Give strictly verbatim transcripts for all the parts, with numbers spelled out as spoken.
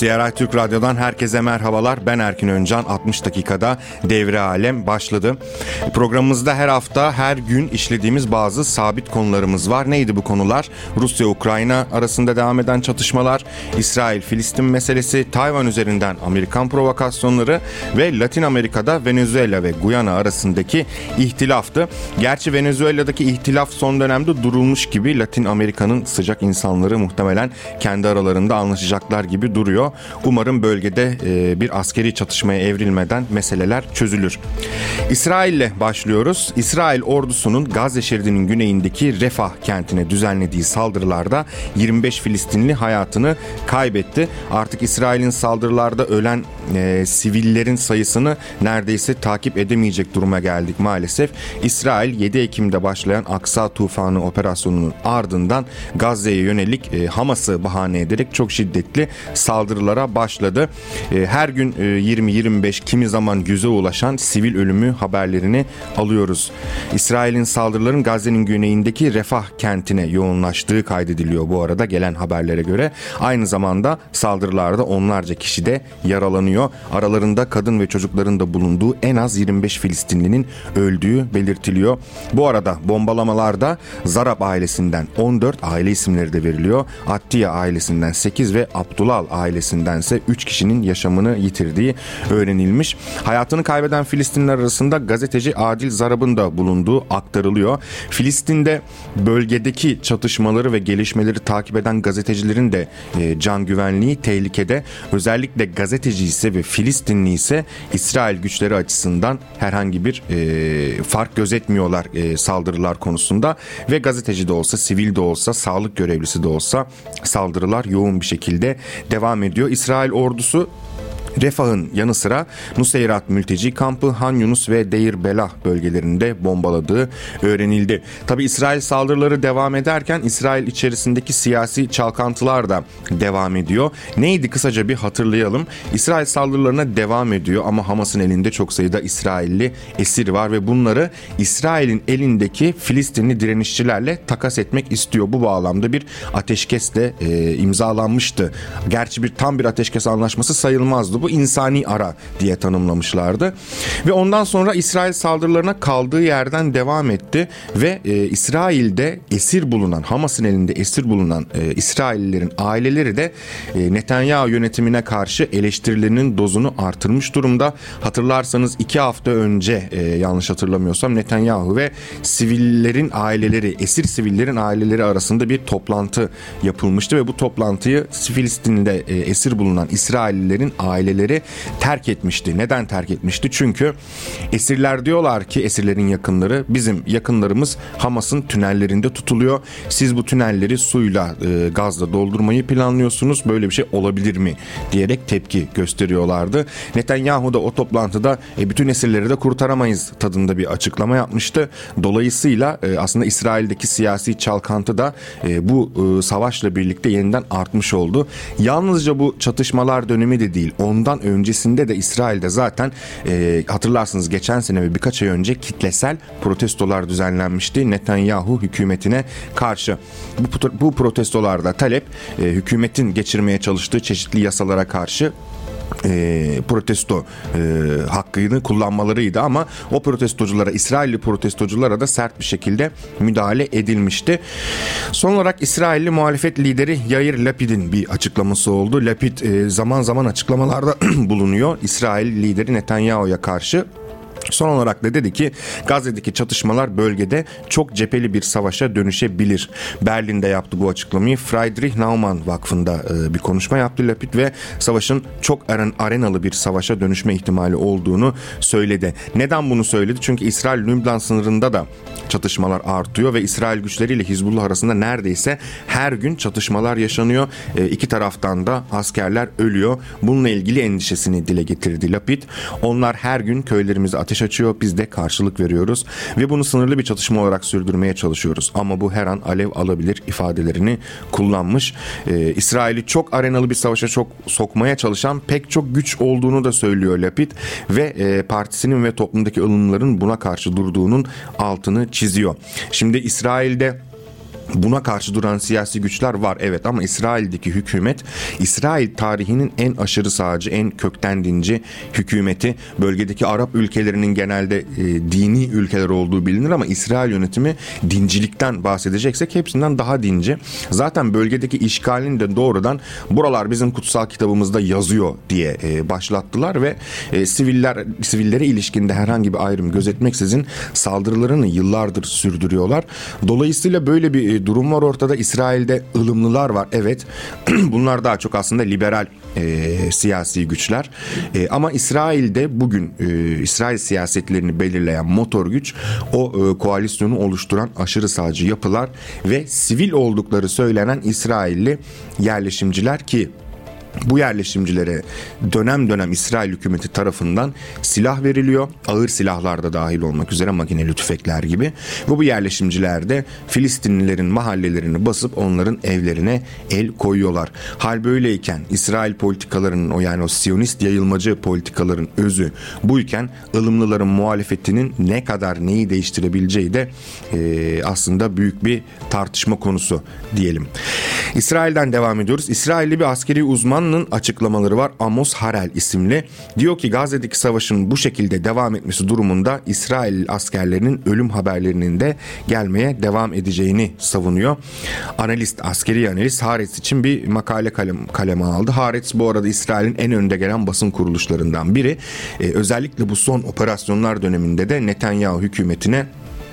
C R I Türk Radyo'dan herkese merhabalar. Ben Erkin Öncan. altmış dakikada Devre Alem başladı. Programımızda her hafta, her gün işlediğimiz bazı sabit konularımız var. Neydi bu konular? Rusya-Ukrayna arasında devam eden çatışmalar, İsrail-Filistin meselesi, Tayvan üzerinden Amerikan provokasyonları ve Latin Amerika'da Venezuela ve Guyana arasındaki ihtilaftı. Gerçi Venezuela'daki ihtilaf son dönemde durulmuş gibi. Latin Amerika'nın sıcak insanları muhtemelen kendi aralarında anlaşacaklar gibi duruyor. Umarım bölgede e, bir askeri çatışmaya evrilmeden meseleler çözülür. İsrail'le başlıyoruz. İsrail ordusunun Gazze şeridinin güneyindeki Refah kentine düzenlediği saldırılarda yirmi beş Filistinli hayatını kaybetti. Artık İsrail'in saldırılarda ölen e, sivillerin sayısını neredeyse takip edemeyecek duruma geldik maalesef. İsrail yedi Ekim'de başlayan Aksa Tufanı operasyonunun ardından Gazze'ye yönelik e, Hamas'ı bahane ederek çok şiddetli saldırılara başladı. E, her gün e, yirmi yirmi beş, kimi zaman yüze ulaşan sivil ölümü haberlerini alıyoruz. İsrail'in saldırıların Gazze'nin güneyindeki Refah kentine yoğunlaştığı kaydediliyor bu arada gelen haberlere göre. Aynı zamanda saldırılarda onlarca kişi de yaralanıyor. Aralarında kadın ve çocukların da bulunduğu en az yirmi beş Filistinlinin öldüğü belirtiliyor. Bu arada bombalamalarda Zarab ailesinden on dört, aile isimleri de veriliyor. Attiya ailesinden sekiz ve Abdulal ailesindense üç kişinin yaşamını yitirdiği öğrenilmiş. Hayatını kaybeden Filistinler arasında gazeteci Adil Zarab'ın da bulunduğu aktarılıyor. Filistin'de bölgedeki çatışmaları ve gelişmeleri takip eden gazetecilerin de e, can güvenliği tehlikede. Özellikle gazeteci ise ve Filistinli ise İsrail güçleri açısından herhangi bir e, fark gözetmiyorlar e, saldırılar konusunda ve gazeteci de olsa, sivil de olsa, sağlık görevlisi de olsa saldırılar yoğun bir şekilde devam ediyor. İsrail ordusu Refah'ın yanı sıra Nuseyrat mülteci kampı, Han Yunus ve Deir Belah bölgelerinde bombaladığı öğrenildi. Tabi İsrail saldırıları devam ederken İsrail içerisindeki siyasi çalkantılar da devam ediyor. Neydi kısaca bir hatırlayalım. İsrail saldırılarına devam ediyor ama Hamas'ın elinde çok sayıda İsrailli esir var ve bunları İsrail'in elindeki Filistinli direnişçilerle takas etmek istiyor. Bu bağlamda bir ateşkes de e, imzalanmıştı. Gerçi bir tam bir ateşkes anlaşması sayılmazdı. Bu insani ara diye tanımlamışlardı. Ve ondan sonra İsrail saldırılarına kaldığı yerden devam etti ve e, İsrail'de esir bulunan, Hamas'ın elinde esir bulunan e, İsraillilerin aileleri de e, Netanyahu yönetimine karşı eleştirilerinin dozunu artırmış durumda. Hatırlarsanız iki hafta önce e, yanlış hatırlamıyorsam Netanyahu ve sivillerin aileleri, esir sivillerin aileleri arasında bir toplantı yapılmıştı ve bu toplantıyı Filistin'de e, esir bulunan İsraillilerin aileleri terk etmişti. Neden terk etmişti? Çünkü esirler diyorlar ki, esirlerin yakınları, bizim yakınlarımız Hamas'ın tünellerinde tutuluyor. Siz bu tünelleri suyla, e, gazla doldurmayı planlıyorsunuz. Böyle bir şey olabilir mi? Diyerek tepki gösteriyorlardı. Netanyahu da o toplantıda e, bütün esirleri de kurtaramayız tadında bir açıklama yapmıştı. Dolayısıyla e, aslında İsrail'deki siyasi çalkantı da e, bu e, savaşla birlikte yeniden artmış oldu. Yalnızca bu çatışmalar dönemi de değil. Ondan öncesinde de İsrail'de zaten e, hatırlarsınız geçen sene ve birkaç ay önce kitlesel protestolar düzenlenmişti Netanyahu hükümetine karşı. Bu, bu protestolarda talep e, hükümetin geçirmeye çalıştığı çeşitli yasalara karşı E, protesto e, hakkını kullanmalarıydı ama o protestoculara, İsrailli protestoculara da sert bir şekilde müdahale edilmişti. Son olarak İsrailli muhalefet lideri Yair Lapid'in bir açıklaması oldu. Lapid e, zaman zaman açıklamalarda bulunuyor İsrail lideri Netanyahu'ya karşı. Son olarak da dedi ki Gazze'deki çatışmalar bölgede çok cepheli bir savaşa dönüşebilir. Berlin'de yaptı bu açıklamayı. Friedrich Naumann Vakfı'nda bir konuşma yaptı Lapid ve savaşın çok arenalı bir savaşa dönüşme ihtimali olduğunu söyledi. Neden bunu söyledi? Çünkü İsrail-Lübnan sınırında da çatışmalar artıyor ve İsrail güçleriyle Hizbullah arasında neredeyse her gün çatışmalar yaşanıyor. E, iki taraftan da askerler ölüyor. Bununla ilgili endişesini dile getirdi Lapid. Onlar her gün köylerimizi ateş açıyor, biz de karşılık veriyoruz ve bunu sınırlı bir çatışma olarak sürdürmeye çalışıyoruz. Ama bu her an alev alabilir ifadelerini kullanmış. Ee, İsrail'i çok arenalı bir savaşa çok sokmaya çalışan pek çok güç olduğunu da söylüyor Lapid ve e, partisinin ve toplumdaki ılımların buna karşı durduğunun altını çiziyor. Şimdi İsrail'de Buna karşı duran siyasi güçler var, evet, ama İsrail'deki hükümet İsrail tarihinin en aşırı sağcı, en kökten dinci hükümeti. Bölgedeki Arap ülkelerinin genelde e, dini ülkeler olduğu bilinir ama İsrail yönetimi dincilikten bahsedeceksek hepsinden daha dinci. Zaten bölgedeki işgalini de doğrudan buralar bizim kutsal kitabımızda yazıyor diye e, başlattılar ve e, siviller sivillere ilişkinde herhangi bir ayrım gözetmeksizin saldırılarını yıllardır sürdürüyorlar. Dolayısıyla böyle bir e, durum var ortada. İsrail'de ılımlılar var, evet. Bunlar daha çok aslında liberal e, siyasi güçler. E, ama İsrail'de bugün e, İsrail siyasetlerini belirleyen motor güç o e, koalisyonu oluşturan aşırı sağcı yapılar ve sivil oldukları söylenen İsrailli yerleşimciler ki bu yerleşimcilere dönem dönem İsrail hükümeti tarafından silah veriliyor. Ağır silahlar da dahil olmak üzere, makineli tüfekler gibi. Ve bu yerleşimciler de Filistinlilerin mahallelerini basıp onların evlerine el koyuyorlar. Hal böyleyken İsrail politikalarının, o yani o Siyonist yayılmacı politikaların özü buyken ılımlıların muhalefetinin ne kadar neyi değiştirebileceği de e, aslında büyük bir tartışma konusu diyelim. İsrail'den devam ediyoruz. İsrailli bir askeri uzman açıklamaları var. Amos Harel isimli. Diyor ki Gazze'deki savaşın bu şekilde devam etmesi durumunda İsrail askerlerinin ölüm haberlerinin de gelmeye devam edeceğini savunuyor. Analist, askeri analist Haaretz için bir makale kalem, kaleme aldı. Haaretz bu arada İsrail'in en önde gelen basın kuruluşlarından biri. Ee, özellikle bu son operasyonlar döneminde de Netanyahu hükümetine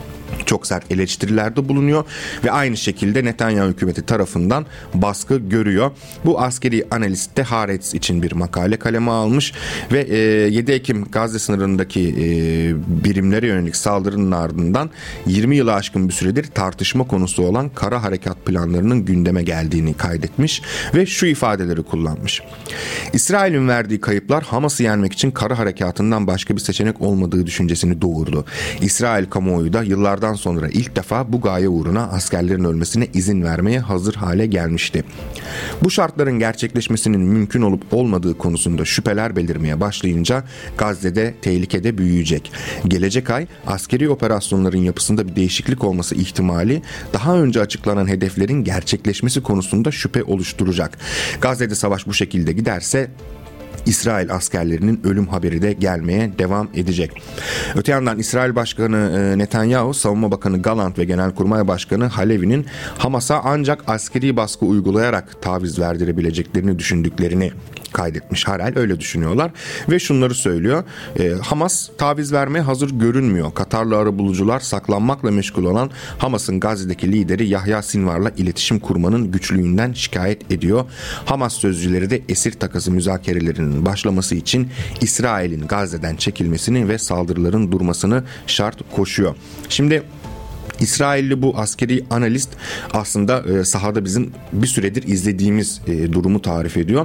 çok sert eleştirilerde bulunuyor ve aynı şekilde Netanyahu hükümeti tarafından baskı görüyor. Bu askeri analist de Haaretz için bir makale kaleme almış ve yedi Ekim Gazze sınırındaki birimlere yönelik saldırının ardından yirmi yılı aşkın bir süredir tartışma konusu olan kara harekat planlarının gündeme geldiğini kaydetmiş ve şu ifadeleri kullanmış. İsrail'in verdiği kayıplar Hamas'ı yenmek için kara harekatından başka bir seçenek olmadığı düşüncesini doğurdu. İsrail kamuoyu da yıllar Yıllardan sonra ilk defa bu gaye uğruna askerlerin ölmesine izin vermeye hazır hale gelmişti. Bu şartların gerçekleşmesinin mümkün olup olmadığı konusunda şüpheler belirmeye başlayınca Gazze'de tehlikede büyüyecek. Gelecek ay askeri operasyonların yapısında bir değişiklik olması ihtimali daha önce açıklanan hedeflerin gerçekleşmesi konusunda şüphe oluşturacak. Gazze'de savaş bu şekilde giderse İsrail askerlerinin ölüm haberi de gelmeye devam edecek. Öte yandan İsrail Başkanı Netanyahu, Savunma Bakanı Gallant ve Genelkurmay Başkanı Halevi'nin Hamas'a ancak askeri baskı uygulayarak taviz verdirebileceklerini düşündüklerini kaydetmiş. Harel öyle düşünüyorlar ve şunları söylüyor. E, Hamas taviz vermeye hazır görünmüyor. Katarlı arabulucular saklanmakla meşgul olan Hamas'ın Gazze'deki lideri Yahya Sinvar'la iletişim kurmanın güçlüğünden şikayet ediyor. Hamas sözcüleri de esir takası müzakerelerinin başlaması için İsrail'in Gazze'den çekilmesini ve saldırıların durmasını şart koşuyor. Şimdi İsrailli bu askeri analist aslında e, sahada bizim bir süredir izlediğimiz e, durumu tarif ediyor.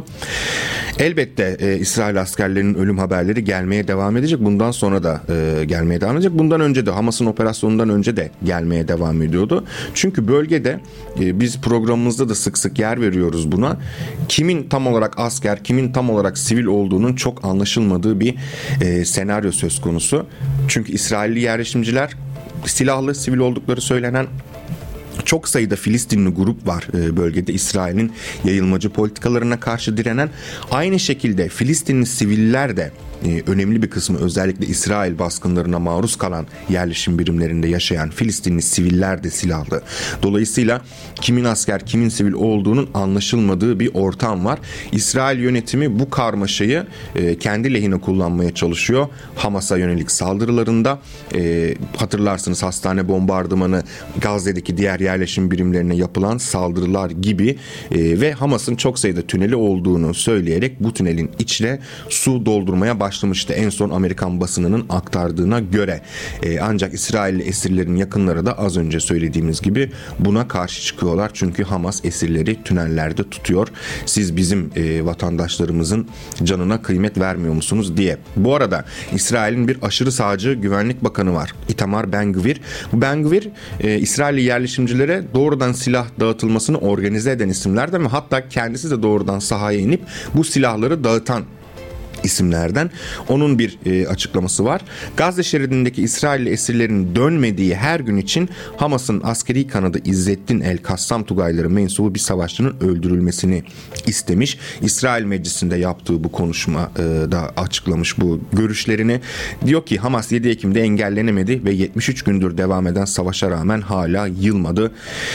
Elbette e, İsrail askerlerinin ölüm haberleri gelmeye devam edecek. Bundan sonra da e, gelmeye devam edecek. Bundan önce de Hamas'ın operasyonundan önce de gelmeye devam ediyordu. Çünkü bölgede e, biz programımızda da sık sık yer veriyoruz buna. Kimin tam olarak asker, kimin tam olarak sivil olduğunun çok anlaşılmadığı bir e, senaryo söz konusu. Çünkü İsrailli yerleşimciler silahlı, sivil oldukları söylenen çok sayıda Filistinli grup var bölgede İsrail'in yayılmacı politikalarına karşı direnen. Aynı şekilde Filistinli siviller de önemli bir kısmı, özellikle İsrail baskınlarına maruz kalan yerleşim birimlerinde yaşayan Filistinli siviller de silahlı. Dolayısıyla kimin asker, kimin sivil olduğunun anlaşılmadığı bir ortam var. İsrail yönetimi bu karmaşayı kendi lehine kullanmaya çalışıyor. Hamas'a yönelik saldırılarında hatırlarsınız hastane bombardımanı, Gazze'deki diğer yerleşim birimlerine yapılan saldırılar gibi ve Hamas'ın çok sayıda tüneli olduğunu söyleyerek bu tünelin içine su doldurmaya başlamıştı. başlamıştı en son Amerikan basınının aktardığına göre. Ee, ancak İsrailli esirlerin yakınları da az önce söylediğimiz gibi buna karşı çıkıyorlar. Çünkü Hamas esirleri tünellerde tutuyor. Siz bizim e, vatandaşlarımızın canına kıymet vermiyor musunuz diye. Bu arada İsrail'in bir aşırı sağcı güvenlik bakanı var. Itamar Ben-Gvir. Bu Ben-Gvir e, İsrailli yerleşimcilere doğrudan silah dağıtılmasını organize eden isimlerden ve hatta kendisi de doğrudan sahaya inip bu silahları dağıtan isimlerden. Onun bir e, açıklaması var. Gazze şeridindeki İsrailli esirlerin dönmediği her gün için Hamas'ın askeri kanadı İzzettin el-Kassam Tugayları mensubu bir savaşçının öldürülmesini istemiş. İsrail Meclisi'nde yaptığı bu konuşmada açıklamış bu görüşlerini. Diyor ki Hamas yedi Ekim'de engellenemedi ve yetmiş üç gündür devam eden savaşa rağmen hala yılmadı.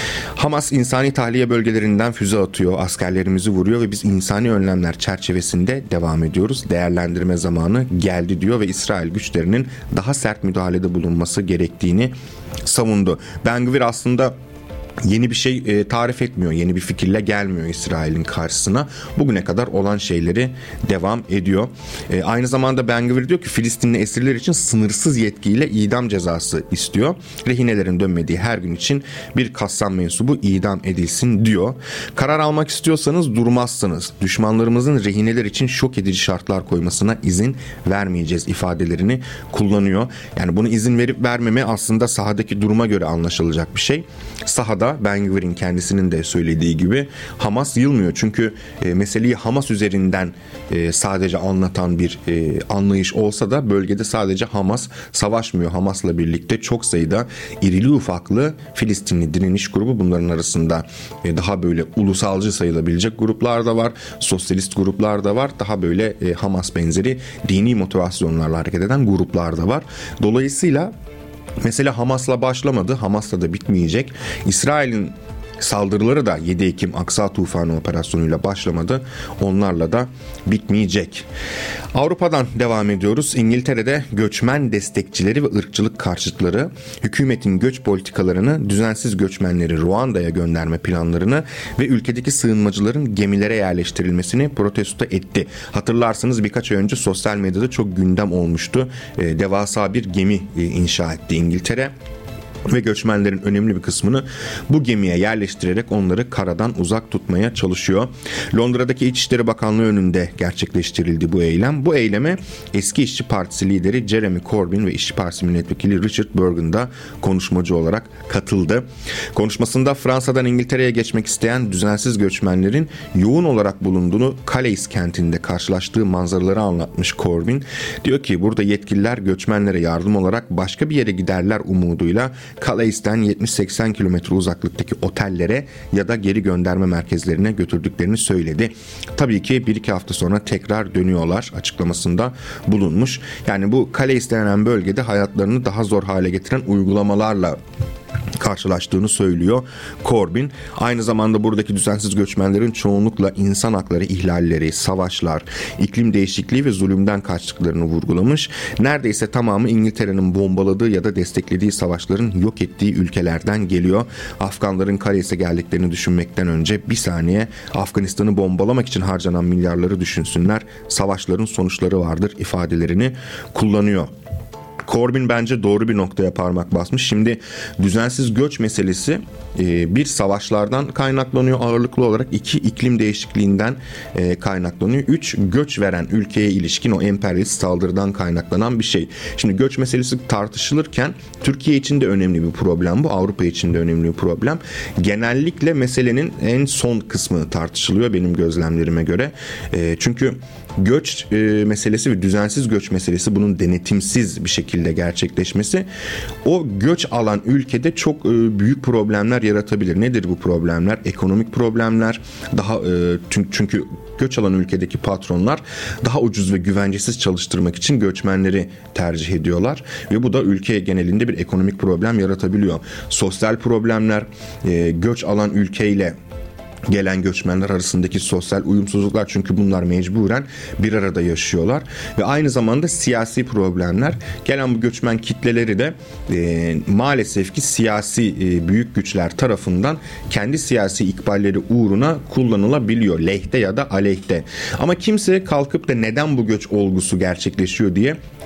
Hamas insani tahliye bölgelerinden füze atıyor, askerlerimizi vuruyor ve biz insani önlemler çerçevesinde devam ediyoruz. Değerlendirme zamanı geldi diyor ve İsrail güçlerinin daha sert müdahalede bulunması gerektiğini savundu. Ben-Gvir aslında yeni bir şey e, tarif etmiyor, yeni bir fikirle gelmiyor İsrail'in karşısına. Bugüne kadar olan şeyleri devam ediyor. E, aynı zamanda Ben-Gvir diyor ki Filistinli esirler için sınırsız yetkiyle idam cezası istiyor. Rehinelerin dönmediği her gün için bir Kassam mensubu idam edilsin diyor. Karar almak istiyorsanız durmazsınız. Düşmanlarımızın rehineler için şok edici şartlar koymasına izin vermeyeceğiz ifadelerini kullanıyor. Yani bunu izin verip vermeme aslında sahadaki duruma göre anlaşılacak bir şey. Sahada Ben-Gvir'in kendisinin de söylediği gibi Hamas yılmıyor. Çünkü e, meseleyi Hamas üzerinden e, sadece anlatan bir e, anlayış olsa da bölgede sadece Hamas savaşmıyor. Hamas'la birlikte çok sayıda irili ufaklı Filistinli direniş grubu, bunların arasında e, daha böyle ulusalcı sayılabilecek gruplar da var. Sosyalist gruplar da var. Daha böyle e, Hamas benzeri dini motivasyonlarla hareket eden gruplar da var. Dolayısıyla mesele Hamas'la başlamadı, Hamas'la da bitmeyecek. İsrail'in saldırıları da yedi Ekim Aksa Tufanı operasyonuyla başlamadı. Onlarla da bitmeyecek. Avrupa'dan devam ediyoruz. İngiltere'de göçmen destekçileri ve ırkçılık karşıtları hükümetin göç politikalarını, düzensiz göçmenleri Ruanda'ya gönderme planlarını ve ülkedeki sığınmacıların gemilere yerleştirilmesini protesto etti. Hatırlarsınız birkaç ay önce sosyal medyada çok gündem olmuştu. Ee, devasa bir gemi e, inşa etti İngiltere. Ve göçmenlerin önemli bir kısmını bu gemiye yerleştirerek onları karadan uzak tutmaya çalışıyor. Londra'daki İçişleri Bakanlığı önünde gerçekleştirildi bu eylem. Bu eyleme eski İşçi Partisi lideri Jeremy Corbyn ve İşçi Partisi milletvekili Richard Burgon da konuşmacı olarak katıldı. Konuşmasında Fransa'dan İngiltere'ye geçmek isteyen düzensiz göçmenlerin yoğun olarak bulunduğunu Calais kentinde karşılaştığı manzaraları anlatmış Corbyn. Diyor ki burada yetkililer göçmenlere yardım olarak başka bir yere giderler umuduyla Calais'ten yetmiş seksen kilometre uzaklıktaki otellere ya da geri gönderme merkezlerine götürdüklerini söyledi. Tabii ki bir iki hafta sonra tekrar dönüyorlar açıklamasında bulunmuş. Yani bu Calais denen bölgede hayatlarını daha zor hale getiren uygulamalarla karşılaştığını söylüyor Corbyn. Aynı zamanda buradaki düzensiz göçmenlerin çoğunlukla insan hakları ihlalleri, savaşlar, iklim değişikliği ve zulümden kaçtıklarını vurgulamış. Neredeyse tamamı İngiltere'nin bombaladığı ya da desteklediği savaşların yok ettiği ülkelerden geliyor. Afganların Calais'e geldiklerini düşünmekten önce bir saniye Afganistan'ı bombalamak için harcanan milyarları düşünsünler. Savaşların sonuçları vardır ifadelerini kullanıyor. Corbyn bence doğru bir noktaya parmak basmış. Şimdi düzensiz göç meselesi bir savaşlardan kaynaklanıyor ağırlıklı olarak. İki iklim değişikliğinden kaynaklanıyor. Üç göç veren ülkeye ilişkin o emperyalist saldırıdan kaynaklanan bir şey. Şimdi göç meselesi tartışılırken Türkiye için de önemli bir problem bu. Avrupa için de önemli bir problem. Genellikle meselenin en son kısmı tartışılıyor benim gözlemlerime göre. Çünkü göç meselesi ve düzensiz göç meselesi, bunun denetimsiz bir şekilde gerçekleşmesi o göç alan ülkede çok büyük problemler yaratabilir. Nedir bu problemler? Ekonomik problemler. Daha çünkü göç alan ülkedeki patronlar daha ucuz ve güvencesiz çalıştırmak için göçmenleri tercih ediyorlar ve bu da ülke genelinde bir ekonomik problem yaratabiliyor. Sosyal problemler, göç alan ülkeyle gelen göçmenler arasındaki sosyal uyumsuzluklar, çünkü bunlar mecburen bir arada yaşıyorlar ve aynı zamanda siyasi problemler. Gelen bu göçmen kitleleri de e, maalesef ki siyasi e, büyük güçler tarafından kendi siyasi ikballeri uğruna kullanılabiliyor, lehte ya da aleyhte. Ama kimse kalkıp da neden bu göç olgusu gerçekleşiyor diye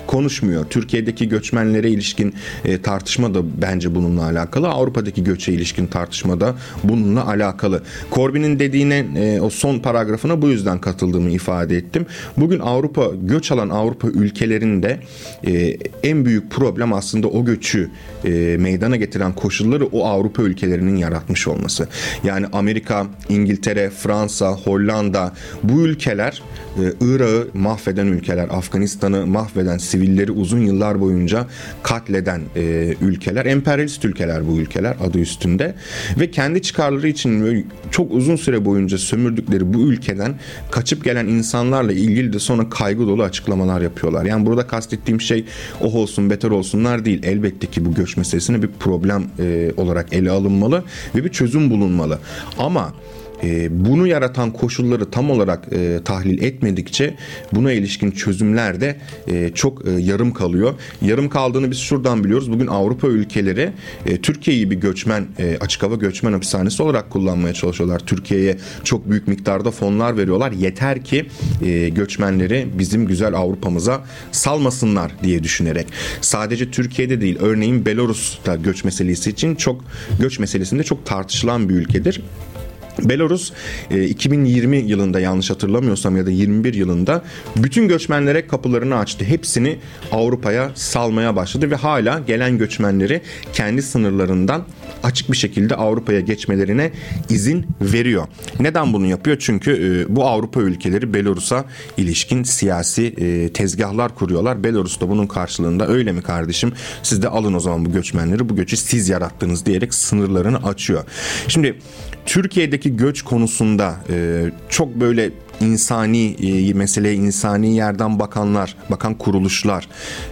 konuşmuyor. Türkiye'deki göçmenlere ilişkin e, tartışma da bence bununla alakalı. Avrupa'daki göçe ilişkin tartışma da bununla alakalı. Corbyn'in dediğine e, o son paragrafına bu yüzden katıldığımı ifade ettim. Bugün Avrupa, göç alan Avrupa ülkelerinde e, en büyük problem aslında o göçü e, meydana getiren koşulları o Avrupa ülkelerinin yaratmış olması. Yani Amerika, İngiltere, Fransa, Hollanda, bu ülkeler e, Irak'ı mahveden ülkeler, Afganistan'ı mahveden, sivilleri uzun yıllar boyunca katleden e, ülkeler, emperyalist ülkeler bu ülkeler adı üstünde ve kendi çıkarları için çok uzun süre boyunca sömürdükleri bu ülkeden kaçıp gelen insanlarla ilgili de sonra kaygı dolu açıklamalar yapıyorlar. Yani burada kastettiğim şey oh olsun beter olsunlar değil. Elbette ki bu göç meselesine bir problem e, olarak ele alınmalı ve bir çözüm bulunmalı. Ama bunu yaratan koşulları tam olarak e, tahlil etmedikçe buna ilişkin çözümler de e, çok e, yarım kalıyor. Yarım kaldığını biz şuradan biliyoruz. Bugün Avrupa ülkeleri e, Türkiye'yi bir göçmen, e, açık hava göçmen hapishanesi olarak kullanmaya çalışıyorlar. Türkiye'ye çok büyük miktarda fonlar veriyorlar. Yeter ki e, göçmenleri bizim güzel Avrupa'mıza salmasınlar diye düşünerek. Sadece Türkiye'de değil, örneğin Belarus'ta göç meselesi için çok göç meselesinde çok tartışılan bir ülkedir. Belarus iki bin yirmi yılında yanlış hatırlamıyorsam ya da yirmi bir yılında bütün göçmenlere kapılarını açtı. Hepsini Avrupa'ya salmaya başladı ve hala gelen göçmenleri kendi sınırlarından açık bir şekilde Avrupa'ya geçmelerine izin veriyor. Neden bunu yapıyor? Çünkü bu Avrupa ülkeleri Belarus'a ilişkin siyasi tezgahlar kuruyorlar. Belarus da bunun karşılığında öyle mi kardeşim siz de alın o zaman bu göçmenleri, bu göçü siz yarattınız diyerek sınırlarını açıyor. Şimdi Türkiye'deki göç konusunda e, çok böyle insani e, meseleye insani yerden bakanlar, bakan kuruluşlar,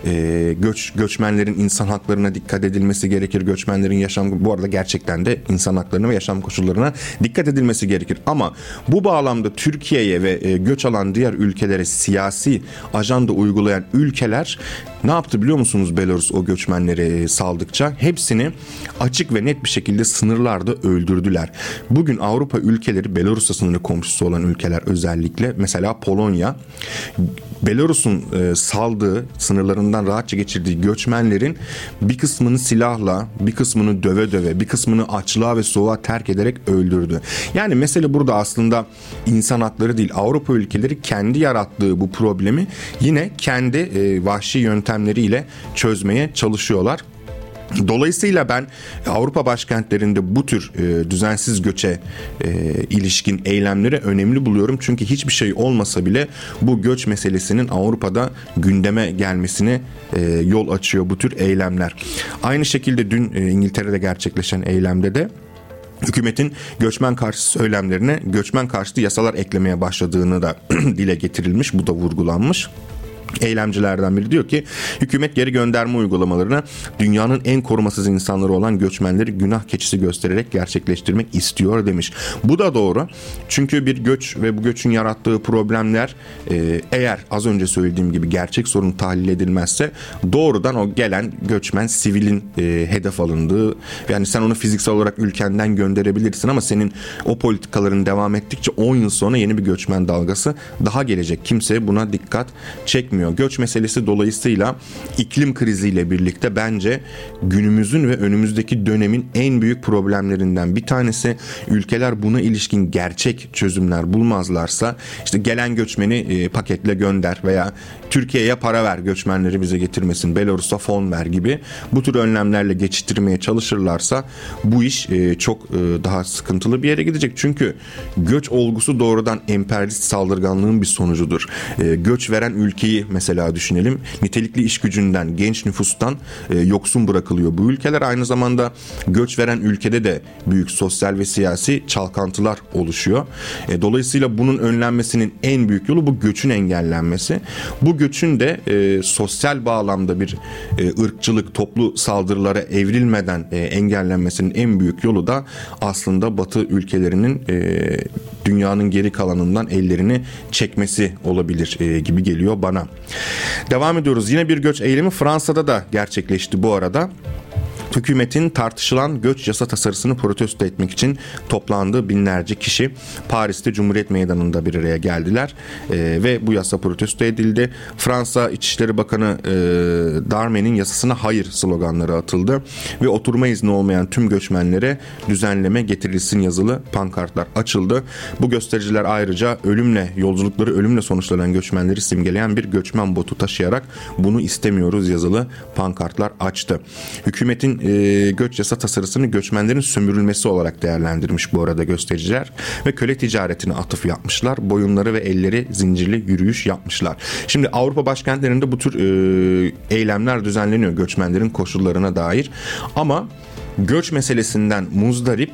e, göç göçmenlerin insan haklarına dikkat edilmesi gerekir. Göçmenlerin yaşam, bu arada gerçekten de insan haklarına ve yaşam koşullarına dikkat edilmesi gerekir. Ama bu bağlamda Türkiye'ye ve e, göç alan diğer ülkelere siyasi ajanda uygulayan ülkeler ne yaptı biliyor musunuz? Belarus o göçmenleri saldıkça hepsini açık ve net bir şekilde sınırlarda öldürdüler. Bugün Avrupa ülkeleri, Belarus'la sınırı komşusu olan ülkeler özellikle, mesela Polonya, Belarus'un e, saldığı, sınırlarından rahatça geçirdiği göçmenlerin bir kısmını silahla, bir kısmını döve döve, bir kısmını açlığa ve soğuğa terk ederek öldürdü. Yani mesele burada aslında insan hakları değil. Avrupa ülkeleri kendi yarattığı bu problemi yine kendi e, vahşi yöntemleriyle çözmeye çalışıyorlar. Dolayısıyla ben Avrupa başkentlerinde bu tür e, düzensiz göçe e, ilişkin eylemleri önemli buluyorum. Çünkü hiçbir şey olmasa bile bu göç meselesinin Avrupa'da gündeme gelmesine e, yol açıyor bu tür eylemler. Aynı şekilde dün e, İngiltere'de gerçekleşen eylemde de hükümetin göçmen karşıtı söylemlerine göçmen karşıtı yasalar eklemeye başladığını da dile getirilmiş. Bu da vurgulanmış. Eylemcilerden biri diyor ki hükümet geri gönderme uygulamalarını dünyanın en korumasız insanları olan göçmenleri günah keçisi göstererek gerçekleştirmek istiyor demiş. Bu da doğru. Çünkü bir göç ve bu göçün yarattığı problemler e, eğer az önce söylediğim gibi gerçek sorun tahlil edilmezse doğrudan o gelen göçmen sivilin e, hedef alındığı, yani sen onu fiziksel olarak ülkenden gönderebilirsin ama senin o politikaların devam ettikçe on yıl sonra yeni bir göçmen dalgası daha gelecek. Kimse buna dikkat çekmiyor. Göç meselesi dolayısıyla iklim kriziyle birlikte bence günümüzün ve önümüzdeki dönemin en büyük problemlerinden bir tanesi. Ülkeler buna ilişkin gerçek çözümler bulmazlarsa işte gelen göçmeni e, paketle gönder veya Türkiye'ye para ver göçmenleri bize getirmesin, Belarus'a fon ver gibi bu tür önlemlerle geçiştirmeye çalışırlarsa bu iş e, çok e, daha sıkıntılı bir yere gidecek. Çünkü göç olgusu doğrudan emperyalist saldırganlığın bir sonucudur. E, göç veren ülkeyi mesela düşünelim. Nitelikli iş gücünden, genç nüfustan e, yoksun bırakılıyor bu ülkeler. Aynı zamanda göç veren ülkede de büyük sosyal ve siyasi çalkantılar oluşuyor. E, dolayısıyla bunun önlenmesinin en büyük yolu bu göçün engellenmesi. Bu göçün de e, sosyal bağlamda bir e, ırkçılık, toplu saldırılara evrilmeden e, engellenmesinin en büyük yolu da aslında Batı ülkelerinin e, dünyanın geri kalanından ellerini çekmesi olabilir e, gibi geliyor bana. Devam ediyoruz. Yine bir göç eylemi Fransa'da da gerçekleşti bu arada. Hükümetin tartışılan göç yasa tasarısını protesto etmek için toplandığı binlerce kişi Paris'te Cumhuriyet Meydanı'nda bir araya geldiler e, ve bu yasa protesto edildi. Fransa İçişleri Bakanı e, Darmanin'in yasasına hayır sloganları atıldı ve oturma izni olmayan tüm göçmenlere düzenleme getirilsin yazılı pankartlar açıldı. Bu göstericiler ayrıca ölümle, yolculukları ölümle sonuçlanan göçmenleri simgeleyen bir göçmen botu taşıyarak bunu istemiyoruz yazılı pankartlar açtı. Hükümetin e, göç yasa tasarısını göçmenlerin sömürülmesi olarak değerlendirmiş bu arada göstericiler ve köle ticaretine atıf yapmışlar. Boyunları ve elleri zincirli yürüyüş yapmışlar. Şimdi Avrupa başkentlerinde bu tür e, eylemler düzenleniyor göçmenlerin koşullarına dair. Ama göç meselesinden muzdarip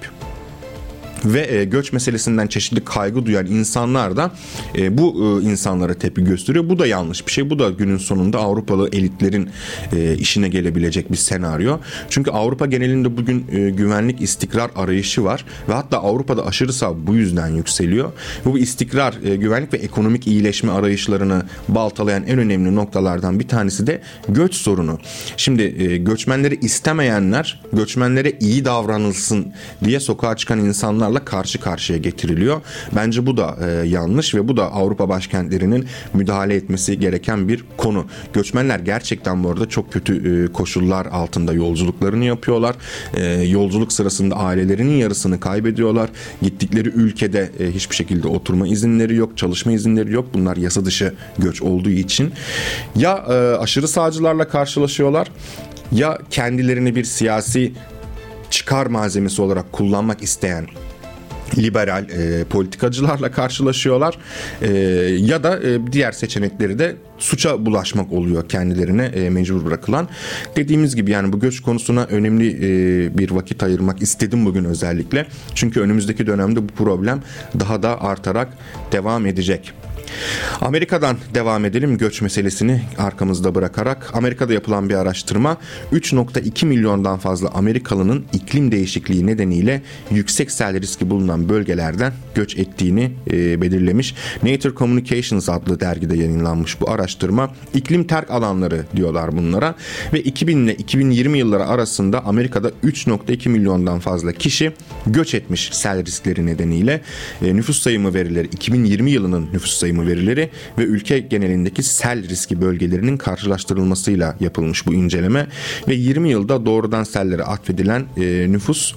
ve göç meselesinden çeşitli kaygı duyan insanlar da e, bu e, insanlara tepki gösteriyor. Bu da yanlış bir şey. Bu da günün sonunda Avrupalı elitlerin e, işine gelebilecek bir senaryo. Çünkü Avrupa genelinde bugün e, güvenlik, istikrar arayışı var ve hatta Avrupa'da aşırı sağ bu yüzden yükseliyor. Bu istikrar, e, güvenlik ve ekonomik iyileşme arayışlarını baltalayan en önemli noktalardan bir tanesi de göç sorunu. Şimdi e, göçmenleri istemeyenler, göçmenlere iyi davranılsın diye sokağa çıkan insanlar karşı karşıya getiriliyor. Bence bu da e, yanlış ve bu da Avrupa başkentlerinin müdahale etmesi gereken bir konu. Göçmenler gerçekten bu arada çok kötü e, koşullar altında yolculuklarını yapıyorlar. E, yolculuk sırasında ailelerinin yarısını kaybediyorlar. Gittikleri ülkede e, hiçbir şekilde oturma izinleri yok, çalışma izinleri yok. Bunlar yasa dışı göç olduğu için. Ya e, aşırı sağcılarla karşılaşıyorlar ya kendilerini bir siyasi çıkar malzemesi olarak kullanmak isteyen liberal e, politikacılarla karşılaşıyorlar e, ya da e, diğer seçenekleri de suça bulaşmak oluyor kendilerine e, mecbur bırakılan. Dediğimiz gibi yani bu göç konusuna önemli e, bir vakit ayırmak istedim bugün özellikle. Çünkü önümüzdeki dönemde bu problem daha da artarak devam edecek. Amerika'dan devam edelim göç meselesini arkamızda bırakarak. Amerika'da yapılan bir araştırma üç virgül iki milyondan fazla Amerikalının iklim değişikliği nedeniyle yüksek sel riski bulunan bölgelerden göç ettiğini e, belirlemiş. Nature Communications adlı dergide yayınlanmış bu araştırma. İklim terk alanları diyorlar bunlara ve iki bin ile iki bin yirmi yılları arasında Amerika'da üç virgül iki milyondan fazla kişi göç etmiş sel riskleri nedeniyle. E, nüfus sayımı verileri iki bin yirmi yılının nüfus sayımı verileri ve ülke genelindeki sel riski bölgelerinin karşılaştırılmasıyla yapılmış bu inceleme ve yirmi yılda doğrudan sellere atfedilen e, nüfus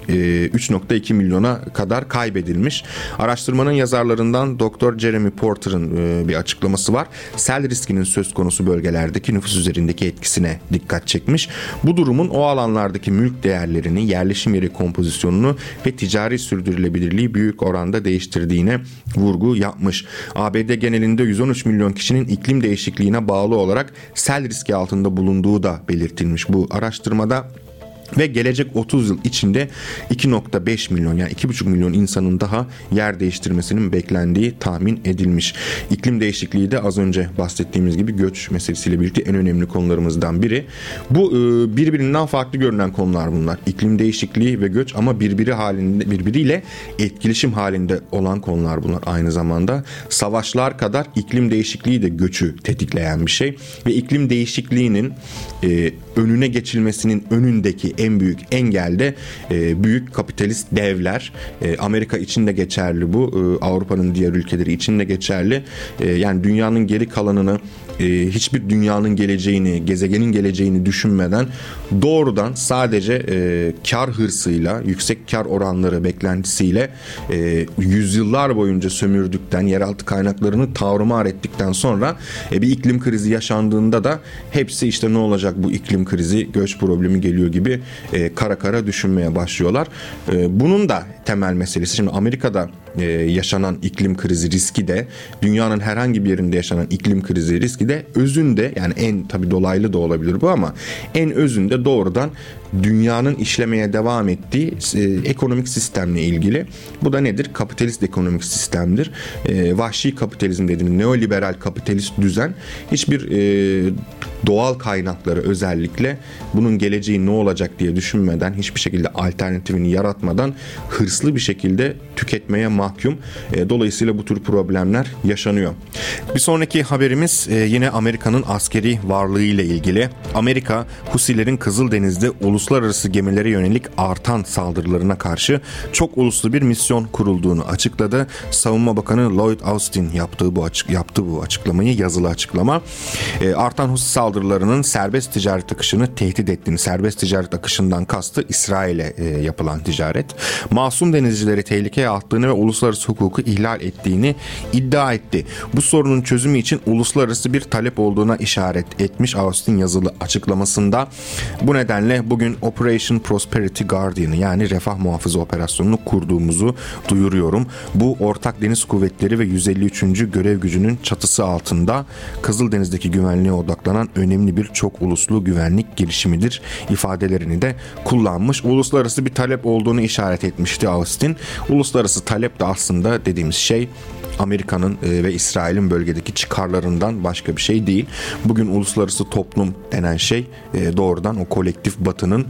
üç virgül iki milyona kadar kaybedilmiş. Araştırmanın yazarlarından Doktor Jeremy Porter'ın bir açıklaması var. Sel riskinin söz konusu bölgelerdeki nüfus üzerindeki etkisine dikkat çekmiş. Bu durumun o alanlardaki mülk değerlerini, yerleşim yeri kompozisyonunu ve ticari sürdürülebilirliği büyük oranda değiştirdiğine vurgu yapmış. A B D genelinde yüz on üç milyon kişinin iklim değişikliğine bağlı olarak sel riski altında bulunduğu da belirtilmiş bu araştırmada. Ve gelecek otuz yıl içinde iki virgül beş milyon yani iki virgül beş milyon insanın daha yer değiştirmesinin beklendiği tahmin edilmiş. İklim değişikliği de az önce bahsettiğimiz gibi göç meselesiyle birlikte en önemli konularımızdan biri. Bu birbirinden farklı görünen konular bunlar. İklim değişikliği ve göç ama birbiri halinde birbiriyle etkileşim halinde olan konular bunlar aynı zamanda. Savaşlar kadar iklim değişikliği de göçü tetikleyen bir şey ve iklim değişikliğinin e, önüne geçilmesinin önündeki en büyük engel de e, büyük kapitalist devler. E, Amerika için de geçerli bu. E, Avrupa'nın diğer ülkeleri için de geçerli. E, yani dünyanın geri kalanını e, hiçbir dünyanın geleceğini, gezegenin geleceğini düşünmeden doğrudan sadece e, kar hırsıyla, yüksek kar oranları beklentisiyle e, yüzyıllar boyunca sömürdükten, yeraltı kaynaklarını tarumar ettikten sonra e, bir iklim krizi yaşandığında da hepsi işte ne olacak bu iklim krizi, göç problemi geliyor gibi e, kara kara düşünmeye başlıyorlar. E, bunun da temel meselesi şimdi Amerika'da e, yaşanan iklim krizi riski de dünyanın herhangi bir yerinde yaşanan iklim krizi riski de özünde yani en tabii dolaylı da olabilir bu ama en özünde doğrudan dünyanın işlemeye devam ettiği e, ekonomik sistemle ilgili. Bu da nedir? Kapitalist ekonomik sistemdir. E, vahşi kapitalizm dediğimiz neoliberal kapitalist düzen hiçbir e, doğal kaynakları özellikle bunun geleceği ne olacak diye düşünmeden hiçbir şekilde alternatifini yaratmadan hırslı bir şekilde tüketmeye mahkum. E, dolayısıyla bu tür problemler yaşanıyor. Bir sonraki haberimiz e, yine Amerika'nın askeri varlığı ile ilgili. Amerika Husilerin Kızıldeniz'de uluslararası uluslararası gemilere yönelik artan saldırılarına karşı çok uluslu bir misyon kurulduğunu açıkladı. Savunma Bakanı Lloyd Austin yaptığı bu açık yaptığı bu açıklamayı, yazılı açıklama. E, artan Husi saldırılarının serbest ticaret akışını tehdit ettiğini, serbest ticaret akışından kastı İsrail'e e, yapılan ticaret, masum denizcileri tehlikeye attığını ve uluslararası hukuku ihlal ettiğini iddia etti. Bu sorunun çözümü için uluslararası bir talep olduğuna işaret etmiş Austin yazılı açıklamasında. Bu nedenle bugün Operation Prosperity Guardian'ı, yani Refah Muhafızı operasyonunu kurduğumuzu duyuruyorum. Bu ortak deniz kuvvetleri ve yüz elli üçüncü görev gücünün çatısı altında Kızıldeniz'deki güvenliğe odaklanan önemli bir çok uluslu güvenlik girişimidir ifadelerini de kullanmış. Uluslararası bir talep olduğunu işaret etmişti Austin. Uluslararası talep de aslında dediğimiz şey Amerika'nın ve İsrail'in bölgedeki çıkarlarından başka bir şey değil. Bugün uluslararası toplum denen şey doğrudan o kolektif batının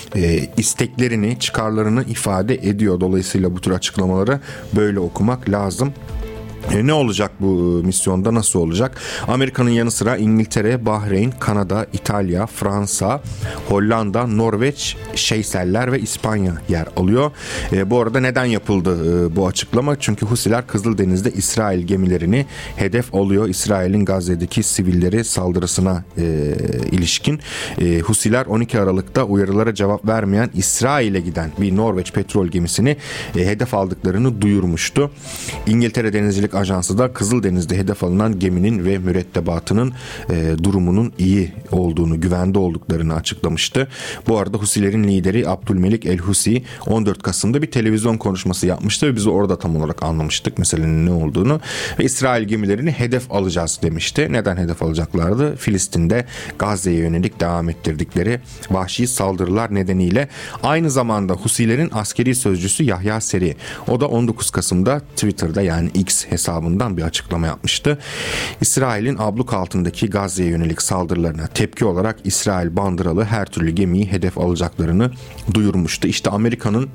isteklerini, çıkarlarını ifade ediyor. Dolayısıyla bu tür açıklamaları böyle okumak lazım. E ne olacak bu misyonda, nasıl olacak? Amerika'nın yanı sıra İngiltere, Bahreyn, Kanada, İtalya, Fransa, Hollanda, Norveç, Seyşeller ve İspanya yer alıyor. E, bu arada neden yapıldı e, bu açıklama? Çünkü Husiler Kızıldeniz'de İsrail gemilerini hedef alıyor. İsrail'in Gazze'deki sivilleri saldırısına e, ilişkin. E, Husiler on iki Aralık'ta uyarılara cevap vermeyen İsrail'e giden bir Norveç petrol gemisini e, hedef aldıklarını duyurmuştu. İngiltere Denizcilik Ajansı da Kızıldeniz'de hedef alınan geminin ve mürettebatının e, durumunun iyi olduğunu, güvende olduklarını açıklamıştı. Bu arada Husilerin lideri Abdülmelik El-Husi on dört Kasım'da bir televizyon konuşması yapmıştı ve biz orada tam olarak anlamıştık meselenin ne olduğunu ve İsrail gemilerini hedef alacağız demişti. Neden hedef alacaklardı? Filistin'de Gazze'ye yönelik devam ettirdikleri vahşi saldırılar nedeniyle. Aynı zamanda Husilerin askeri sözcüsü Yahya Seri, o da on dokuz Kasım'da Twitter'da, yani X hesabından bir açıklama yapmıştı. İsrail'in abluk altındaki Gazze'ye yönelik saldırılarına tepki olarak İsrail bandıralı her türlü gemiyi hedef alacaklarını duyurmuştu. İşte Amerika'nın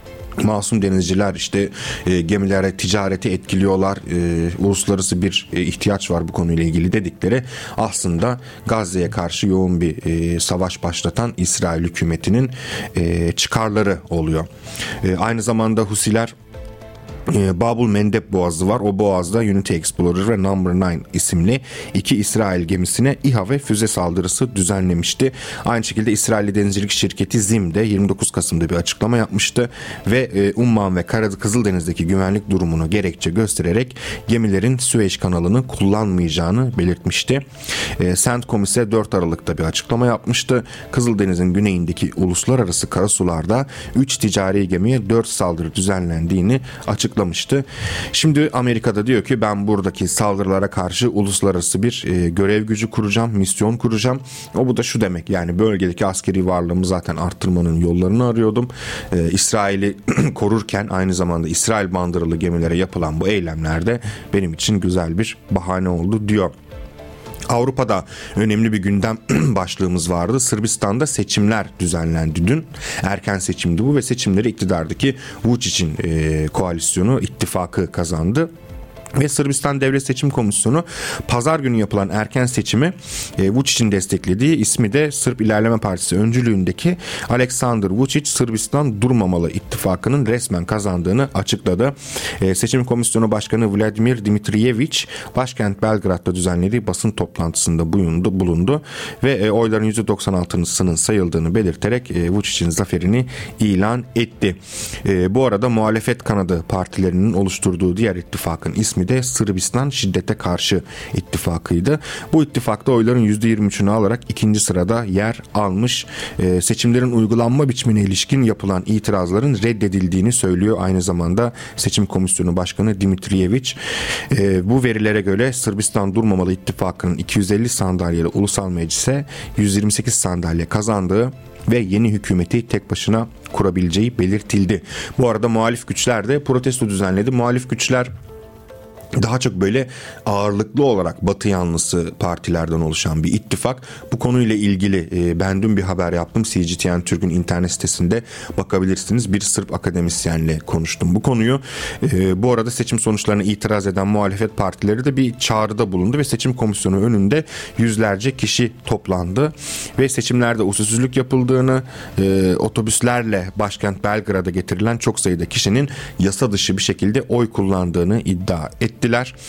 masum denizciler işte e, gemilere, ticareti etkiliyorlar, e, uluslararası bir e, ihtiyaç var bu konuyla ilgili dedikleri aslında Gazze'ye karşı yoğun bir e, savaş başlatan İsrail hükümetinin e, çıkarları oluyor. E, aynı zamanda Husiler Babul Mendeb Boğazı var. O boğazda Unity Explorer ve Number dokuz isimli iki İsrail gemisine İHA ve füze saldırısı düzenlemişti. Aynı şekilde İsrailli denizcilik şirketi Zim de yirmi dokuz Kasım'da bir açıklama yapmıştı ve Umman ve Kızıldeniz'deki güvenlik durumunu gerekçe göstererek gemilerin Süveyş kanalını kullanmayacağını belirtmişti. CENTCOM ise dört Aralık'ta bir açıklama yapmıştı. Kızıldeniz'in güneyindeki uluslararası karasularda üç ticari gemiye dört saldırı düzenlendiğini açıklamıştı. açıklamıştı. Şimdi Amerika'da diyor ki ben buradaki saldırılara karşı uluslararası bir e, görev gücü kuracağım, misyon kuracağım. O bu da şu demek, yani bölgedeki askeri varlığımı zaten arttırmanın yollarını arıyordum. E, İsrail'i korurken aynı zamanda İsrail bandıralı gemilere yapılan bu eylemlerde benim için güzel bir bahane oldu diyor. Avrupa'da önemli bir gündem başlığımız vardı. Sırbistan'da seçimler düzenlendi dün. Erken seçimdi bu ve seçimleri iktidardaki Vučić'in e, koalisyonu, ittifakı kazandı. Ve Sırbistan Devlet Seçim Komisyonu pazar günü yapılan erken seçimi e, Vučić'in desteklediği, ismi de Sırp İlerleme Partisi öncülüğündeki Aleksandar Vučić Sırbistan Durmamalı ittifakının resmen kazandığını açıkladı. E, Seçim Komisyonu Başkanı Vladimir Dimitrijević başkent Belgrad'da düzenlediği basın toplantısında bulundu, bulundu ve e, oyların yüzde doksan altısının sayıldığını belirterek e, Vučić'in zaferini ilan etti. E, bu arada muhalefet kanadı partilerinin oluşturduğu diğer ittifakın ismi de Sırbistan Şiddete Karşı ittifakıydı. Bu ittifakta oyların yüzde yirmi üçünü alarak ikinci sırada yer almış. Ee, seçimlerin uygulanma biçimine ilişkin yapılan itirazların reddedildiğini söylüyor aynı zamanda Seçim Komisyonu Başkanı Dimitrijević. Ee, bu verilere göre Sırbistan Durmamalı ittifakının iki yüz elli sandalyeli ulusal meclise yüz yirmi sekiz sandalye kazandığı ve yeni hükümeti tek başına kurabileceği belirtildi. Bu arada muhalif güçler de protesto düzenledi. Muhalif güçler daha çok böyle ağırlıklı olarak Batı yanlısı partilerden oluşan bir ittifak. Bu konuyla ilgili e, ben dün bir haber yaptım. C G T N Türk'ün internet sitesinde bakabilirsiniz. Bir Sırp akademisyenle konuştum bu konuyu. E, bu arada seçim sonuçlarına itiraz eden muhalefet partileri de bir çağrıda bulundu ve seçim komisyonu önünde yüzlerce kişi toplandı ve seçimlerde usulsüzlük yapıldığını, e, otobüslerle başkent Belgrad'a getirilen çok sayıda kişinin yasa dışı bir şekilde oy kullandığını iddia etti.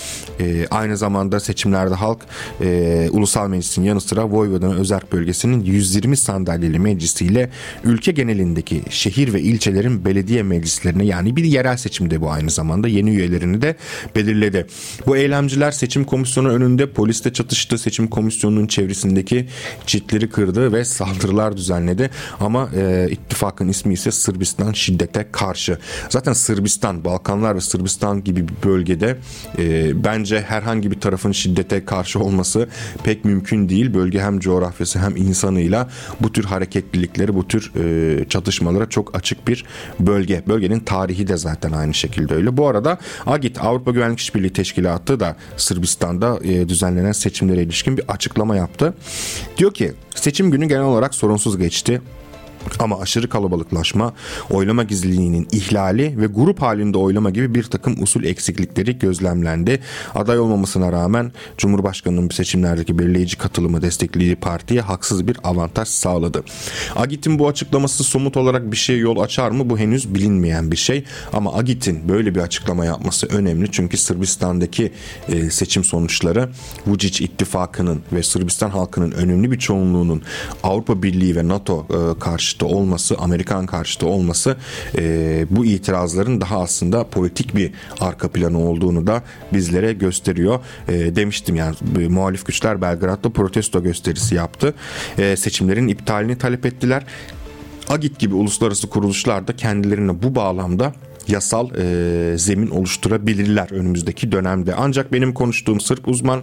E, aynı zamanda seçimlerde halk e, Ulusal Meclis'in yanı sıra Vojvodina Özerk Bölgesi'nin yüz yirmi sandalyeli meclisiyle ülke genelindeki şehir ve ilçelerin belediye meclislerine, yani bir yerel seçimde bu aynı zamanda, yeni üyelerini de belirledi. Bu eylemciler seçim komisyonu önünde polisle çatıştı. Seçim komisyonunun çevresindeki çitleri kırdı ve saldırılar düzenledi. Ama e, ittifakın ismi ise Sırbistan Şiddete Karşı. Zaten Sırbistan, Balkanlar ve Sırbistan gibi bir bölgede E, bence herhangi bir tarafın şiddete karşı olması pek mümkün değil. Bölge hem coğrafyası hem insanıyla bu tür hareketlilikleri, bu tür e, çatışmalara çok açık bir bölge. Bölgenin tarihi de zaten aynı şekilde öyle. Bu arada AGİT, Avrupa Güvenlik İşbirliği Teşkilatı da Sırbistan'da e, düzenlenen seçimlere ilişkin bir açıklama yaptı. Diyor ki seçim günü genel olarak sorunsuz geçti. Ama aşırı kalabalıklaşma, oylama gizliliğinin ihlali ve grup halinde oylama gibi bir takım usul eksiklikleri gözlemlendi. Aday olmamasına rağmen Cumhurbaşkanı'nın seçimlerdeki belirleyici katılımı desteklediği partiye haksız bir avantaj sağladı. AGİT'in bu açıklaması somut olarak bir şeye yol açar mı? Bu henüz bilinmeyen bir şey. Ama AGİT'in böyle bir açıklama yapması önemli. Çünkü Sırbistan'daki e, seçim sonuçları Vučić ittifakının ve Sırbistan halkının önemli bir çoğunluğunun Avrupa Birliği ve NATO e, karşı olması, Amerikan karşıtı olması e, bu itirazların daha aslında politik bir arka planı olduğunu da bizlere gösteriyor. E, demiştim yani muhalif güçler Belgrad'da protesto gösterisi yaptı. E, seçimlerin iptalini talep ettiler. AGİT gibi uluslararası kuruluşlar da kendilerine bu bağlamda yasal e, zemin oluşturabilirler önümüzdeki dönemde. Ancak benim konuştuğum Sırp uzman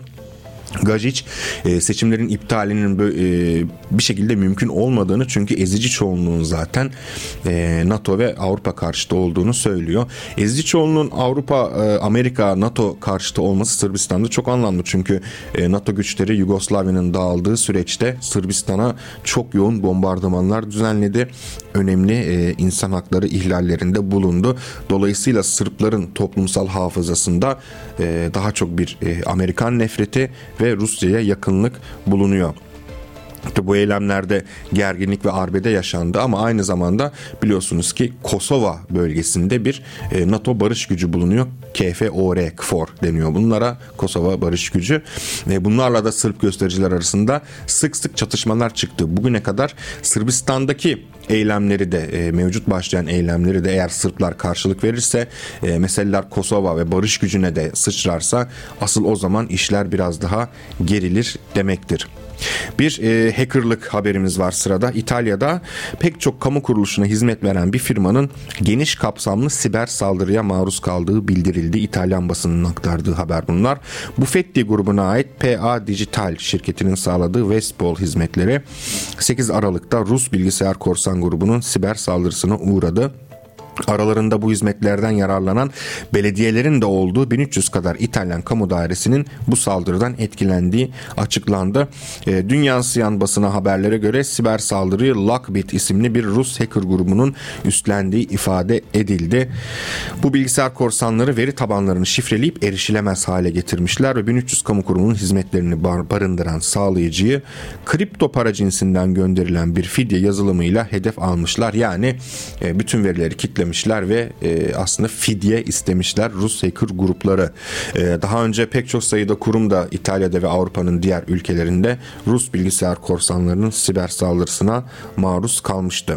Gajic seçimlerin iptalinin bir şekilde mümkün olmadığını, çünkü ezici çoğunluğun zaten NATO ve Avrupa karşıtı olduğunu söylüyor. Ezici çoğunluğun Avrupa, Amerika, NATO karşıtı olması Sırbistan'da çok anlamlı. Çünkü NATO güçleri Yugoslavya'nın dağıldığı süreçte Sırbistan'a çok yoğun bombardımanlar düzenledi. Önemli insan hakları ihlallerinde bulundu. Dolayısıyla Sırpların toplumsal hafızasında daha çok bir Amerikan nefreti ve Rusya'ya yakınlık bulunuyor. İşte bu eylemlerde gerginlik ve arbede yaşandı ama aynı zamanda biliyorsunuz ki Kosova bölgesinde bir NATO barış gücü bulunuyor. K F O R, K F O R deniyor bunlara, Kosova barış gücü. Bunlarla da Sırp göstericiler arasında sık sık çatışmalar çıktı. Bugüne kadar Sırbistan'daki eylemleri de, mevcut başlayan eylemleri de eğer Sırplar karşılık verirse, meseleler Kosova ve barış gücüne de sıçrarsa asıl o zaman işler biraz daha gerilir demektir. Bir e, hackerlık haberimiz var sırada. İtalya'da pek çok kamu kuruluşuna hizmet veren bir firmanın geniş kapsamlı siber saldırıya maruz kaldığı bildirildi. İtalyan basınının aktardığı haber bunlar. Bufetti grubuna ait P A Digital şirketinin sağladığı Vespol hizmetleri sekiz Aralık'ta Rus bilgisayar korsan grubunun siber saldırısına uğradı. Aralarında bu hizmetlerden yararlanan belediyelerin de olduğu bin üç yüz kadar İtalyan kamu dairesinin bu saldırıdan etkilendiği açıklandı. E, dün yansıyan basına haberlere göre siber saldırıyı Lockbit isimli bir Rus hacker grubunun üstlendiği ifade edildi. Bu bilgisayar korsanları veri tabanlarını şifreleyip erişilemez hale getirmişler ve bin üç yüz kamu kurumunun hizmetlerini bar- barındıran sağlayıcıyı kripto para cinsinden gönderilen bir fidye yazılımıyla hedef almışlar. Yani e, bütün verileri kitlemişler ve e, aslında fidye istemişler Rus hacker grupları. E, daha önce pek çok sayıda kurum da İtalya'da ve Avrupa'nın diğer ülkelerinde Rus bilgisayar korsanlarının siber saldırısına maruz kalmıştı.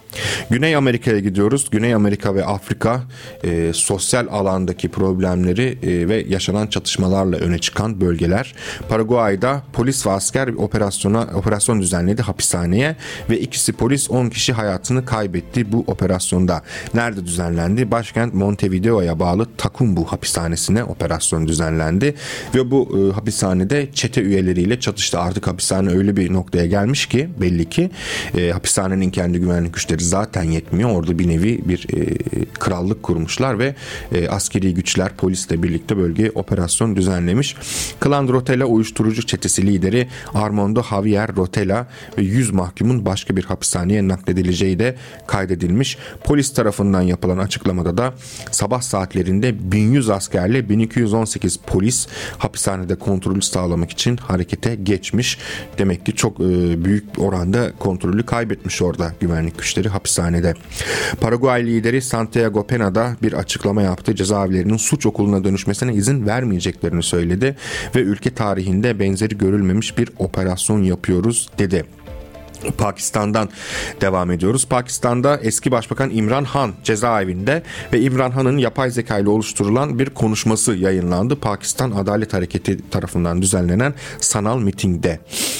Güney Amerika'ya gidiyoruz. Güney Amerika ve Afrika e, sosyal alandaki problemleri e, ve yaşanan çatışmalarla öne çıkan bölgeler. Paraguay'da polis ve asker bir operasyona operasyon düzenledi hapishaneye ve ikisi polis on kişi hayatını kaybetti bu operasyonda. Nerede düzenlendi? Başkent Montevideo'ya bağlı Tacumbo hapishanesine operasyon düzenlendi ve bu e, hapishanede çete üyeleriyle çatıştı. Artık hapishane öyle bir noktaya gelmiş ki belli ki e, hapishanenin kendi güvenlik güçleri zaten yetmiyor. Orada bir nevi bir e, krallık kurmuşlar ve e, askeri güçler polisle birlikte bölgeye operasyon düzenlemiş. Klan Rotella uyuşturucu çetesi lideri Armando Javier Rotella ve yüz mahkumun başka bir hapishaneye nakledileceği de kaydedilmiş. Polis tarafından yapılan açıklamada da sabah saatlerinde bin yüz askerle bin iki yüz on sekiz polis hapishanede kontrolü sağlamak için harekete geçmiş. Demek ki çok e, büyük oranda kontrolü kaybetmiş orada güvenlik güçleri hapishanede. Paraguay lideri Santiago Pena da bir açıklama yaptı. Cezaevlerinin suç okuluna dönüşmesine izin vermeyeceklerini söyledi ve ülke tarihinde benzeri görülmemiş bir operasyon yapıyoruz dedi. Pakistan'dan devam ediyoruz. Pakistan'da eski Başbakan İmran Han cezaevinde ve İmran Han'ın yapay zeka ile oluşturulan bir konuşması yayınlandı. Pakistan Adalet Hareketi tarafından düzenlenen sanal mitingde.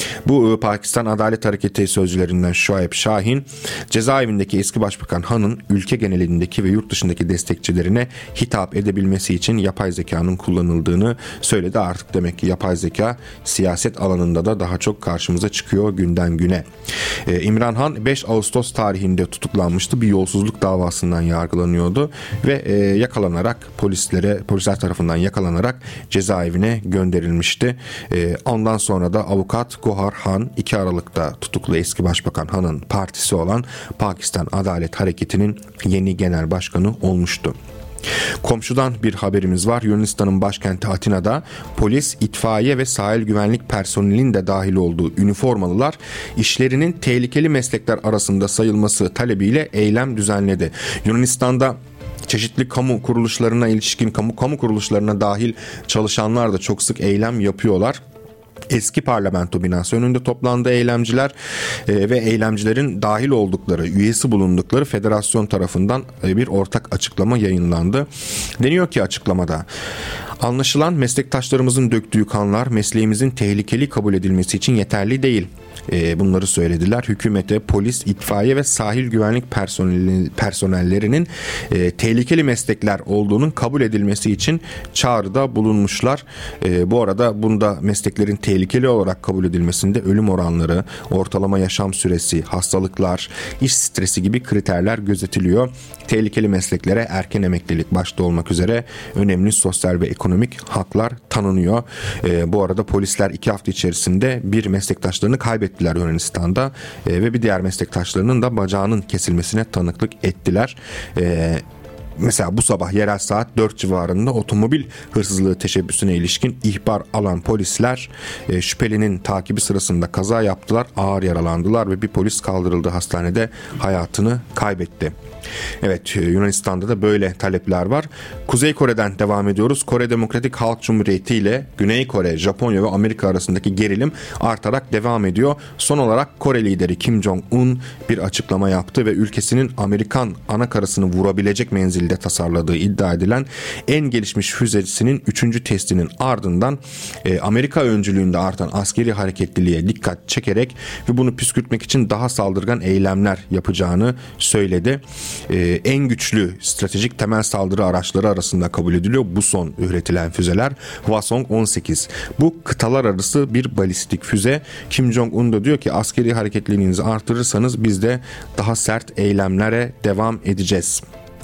Bu Pakistan Adalet Hareketi sözcülerinden Şuayb Şahin, cezaevindeki eski Başbakan Han'ın ülke genelindeki ve yurt dışındaki destekçilerine hitap edebilmesi için yapay zekanın kullanıldığını söyledi. Artık demek ki yapay zeka siyaset alanında da daha çok karşımıza çıkıyor günden güne. Ee, İmran Han beş Ağustos tarihinde tutuklanmıştı. Bir yolsuzluk davasından yargılanıyordu ve e, yakalanarak polislere polisler tarafından yakalanarak cezaevine gönderilmişti. E, ondan sonra da avukat Gohar Han iki Aralık'ta tutuklu eski Başbakan Han'ın partisi olan Pakistan Adalet Hareketi'nin yeni genel başkanı olmuştu. Komşudan bir haberimiz var. Yunanistan'ın başkenti Atina'da polis, itfaiye ve sahil güvenlik personelinin de dahil olduğu üniformalılar işlerinin tehlikeli meslekler arasında sayılması talebiyle eylem düzenledi. Yunanistan'da çeşitli kamu kuruluşlarına ilişkin kamu kamu kuruluşlarına dahil çalışanlar da çok sık eylem yapıyorlar. Eski parlamento binası önünde toplandı eylemciler e, ve eylemcilerin dahil oldukları, üyesi bulundukları federasyon tarafından e, bir ortak açıklama yayınlandı. Deniyor ki açıklamada, anlaşılan meslektaşlarımızın döktüğü kanlar mesleğimizin tehlikeli kabul edilmesi için yeterli değil. E, bunları söylediler. Hükümete, polis, itfaiye ve sahil güvenlik personeli, personellerinin e, tehlikeli meslekler olduğunun kabul edilmesi için çağrıda bulunmuşlar. E, bu arada bunda mesleklerin tehlikeli olarak kabul edilmesinde ölüm oranları, ortalama yaşam süresi, hastalıklar, iş stresi gibi kriterler gözetiliyor. Tehlikeli mesleklere erken emeklilik başta olmak üzere önemli sosyal ve ekonomik haklar tanınıyor. E, bu arada polisler iki hafta içerisinde bir meslektaşlarını kaybettiler Yunanistan'da e, ve bir diğer meslektaşlarının da bacağının kesilmesine tanıklık ettiler. E, Mesela bu sabah yerel saat dört civarında otomobil hırsızlığı teşebbüsüne ilişkin ihbar alan polisler e, şüphelinin takibi sırasında kaza yaptılar, ağır yaralandılar ve bir polis kaldırıldı, hastanede hayatını kaybetti. Evet, Yunanistan'da da böyle talepler var. Kuzey Kore'den devam ediyoruz. Kore Demokratik Halk Cumhuriyeti ile Güney Kore, Japonya ve Amerika arasındaki gerilim artarak devam ediyor. Son olarak Kore lideri Kim Jong-un bir açıklama yaptı ve ülkesinin Amerikan anakarasını vurabilecek menzilde tasarladığı iddia edilen en gelişmiş füzesinin üçüncü testinin ardından e, Amerika öncülüğünde artan askeri hareketliliğe dikkat çekerek ve bunu püskürtmek için daha saldırgan eylemler yapacağını söyledi. Ee, en güçlü stratejik temel saldırı araçları arasında kabul ediliyor bu son üretilen füzeler. Hwasong on sekiz. Bu kıtalar arası bir balistik füze. Kim Jong-un da diyor ki askeri hareketliliğinizi artırırsanız biz de daha sert eylemlere devam edeceğiz.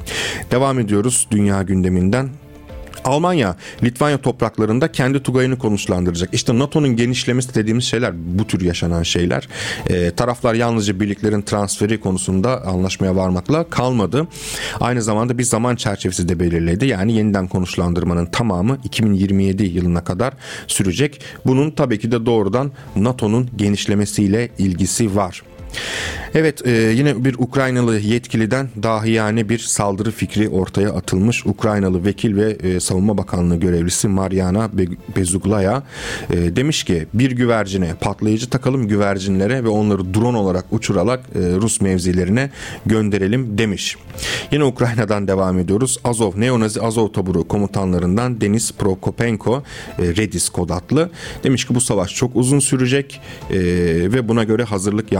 Devam ediyoruz dünya gündeminden. Almanya, Litvanya topraklarında kendi Tugay'ını konuşlandıracak. İşte NATO'nun genişlemesi dediğimiz şeyler, bu tür yaşanan şeyler. E, taraflar yalnızca birliklerin transferi konusunda anlaşmaya varmakla kalmadı. Aynı zamanda bir zaman çerçevesi de belirledi. Yani yeniden konuşlandırmanın tamamı iki bin yirmi yedi yılına kadar sürecek. Bunun tabii ki de doğrudan NATO'nun genişlemesiyle ilgisi var. Evet, e, yine bir Ukraynalı yetkiliden dahiyane bir saldırı fikri ortaya atılmış. Ukraynalı vekil ve e, Savunma Bakanlığı görevlisi Mariana Bezuglaya e, demiş ki bir güvercine patlayıcı takalım, güvercinlere ve onları drone olarak uçurarak e, Rus mevzilerine gönderelim demiş. Yine Ukrayna'dan devam ediyoruz. Azov, Neonazi Azov taburu komutanlarından Denis Prokopenko, e, Redis kod adlı, demiş ki bu savaş çok uzun sürecek e, ve buna göre hazırlık yapması lazım.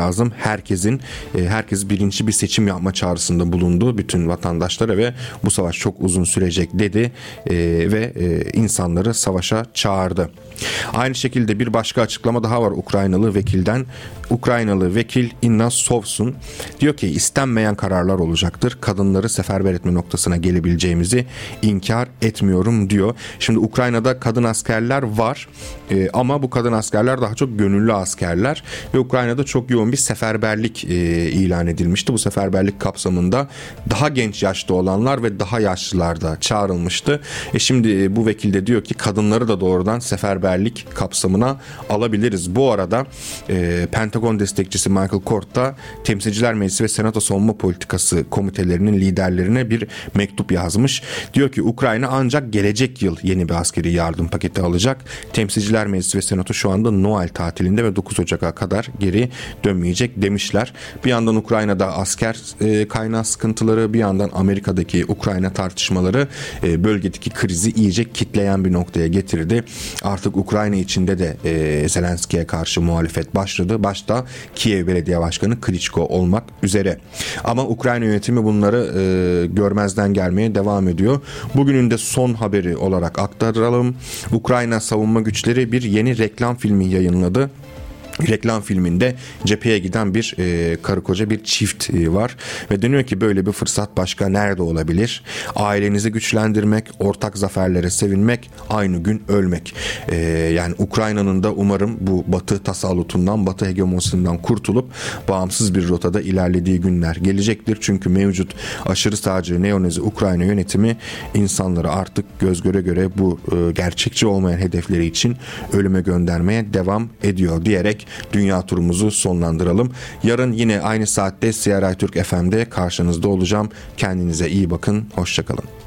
lazım. Herkesin e, herkes bilinçli bir seçim yapma çağrısında bulundu bütün vatandaşlara ve bu savaş çok uzun sürecek dedi e, ve e, insanları savaşa çağırdı. Aynı şekilde bir başka açıklama daha var Ukraynalı vekilden. Ukraynalı vekil Inna Sovsun diyor ki istenmeyen kararlar olacaktır. Kadınları seferber etme noktasına gelebileceğimizi inkar etmiyorum diyor. Şimdi Ukrayna'da kadın askerler var e, ama bu kadın askerler daha çok gönüllü askerler ve Ukrayna'da çok yoğun bir seferberlik e, ilan edilmişti. Bu seferberlik kapsamında daha genç yaşta olanlar ve daha yaşlılar da çağrılmıştı. E şimdi e, bu vekil de diyor ki kadınları da doğrudan seferberlik kapsamına alabiliriz. Bu arada e, Pentagon destekçisi Michael Kort da Temsilciler Meclisi ve Senato Savunma Politikası komitelerinin liderlerine bir mektup yazmış. Diyor ki Ukrayna ancak gelecek yıl yeni bir askeri yardım paketi alacak. Temsilciler Meclisi ve Senato şu anda Noel tatilinde ve dokuz Ocak'a kadar geri dönmeyecek demişler. Bir yandan Ukrayna'da asker e, kaynağı sıkıntıları, bir yandan Amerika'daki Ukrayna tartışmaları e, bölgedeki krizi iyice kitleyen bir noktaya getirdi. Artık Ukrayna içinde de e, Zelenski'ye karşı muhalefet başladı. Başta Kiev Belediye Başkanı Klitschko olmak üzere. Ama Ukrayna yönetimi bunları e, görmezden gelmeye devam ediyor. Bugünün de son haberi olarak aktaralım. Ukrayna savunma güçleri bir yeni reklam filmi yayınladı. Reklam filminde cepheye giden bir e, karı koca bir çift e, var ve deniyor ki böyle bir fırsat başka nerede olabilir? Ailenizi güçlendirmek, ortak zaferlere sevinmek, aynı gün ölmek. E, yani Ukrayna'nın da umarım bu Batı tasallutundan, Batı hegemonyasından kurtulup bağımsız bir rotada ilerlediği günler gelecektir. Çünkü mevcut aşırı sağcı neonazi Ukrayna yönetimi insanları artık göz göre göre bu e, gerçekçi olmayan hedefleri için ölüme göndermeye devam ediyor diyerek dünya turumuzu sonlandıralım. Yarın yine aynı saatte C R I Türk F M'de karşınızda olacağım. Kendinize iyi bakın. Hoşça kalın.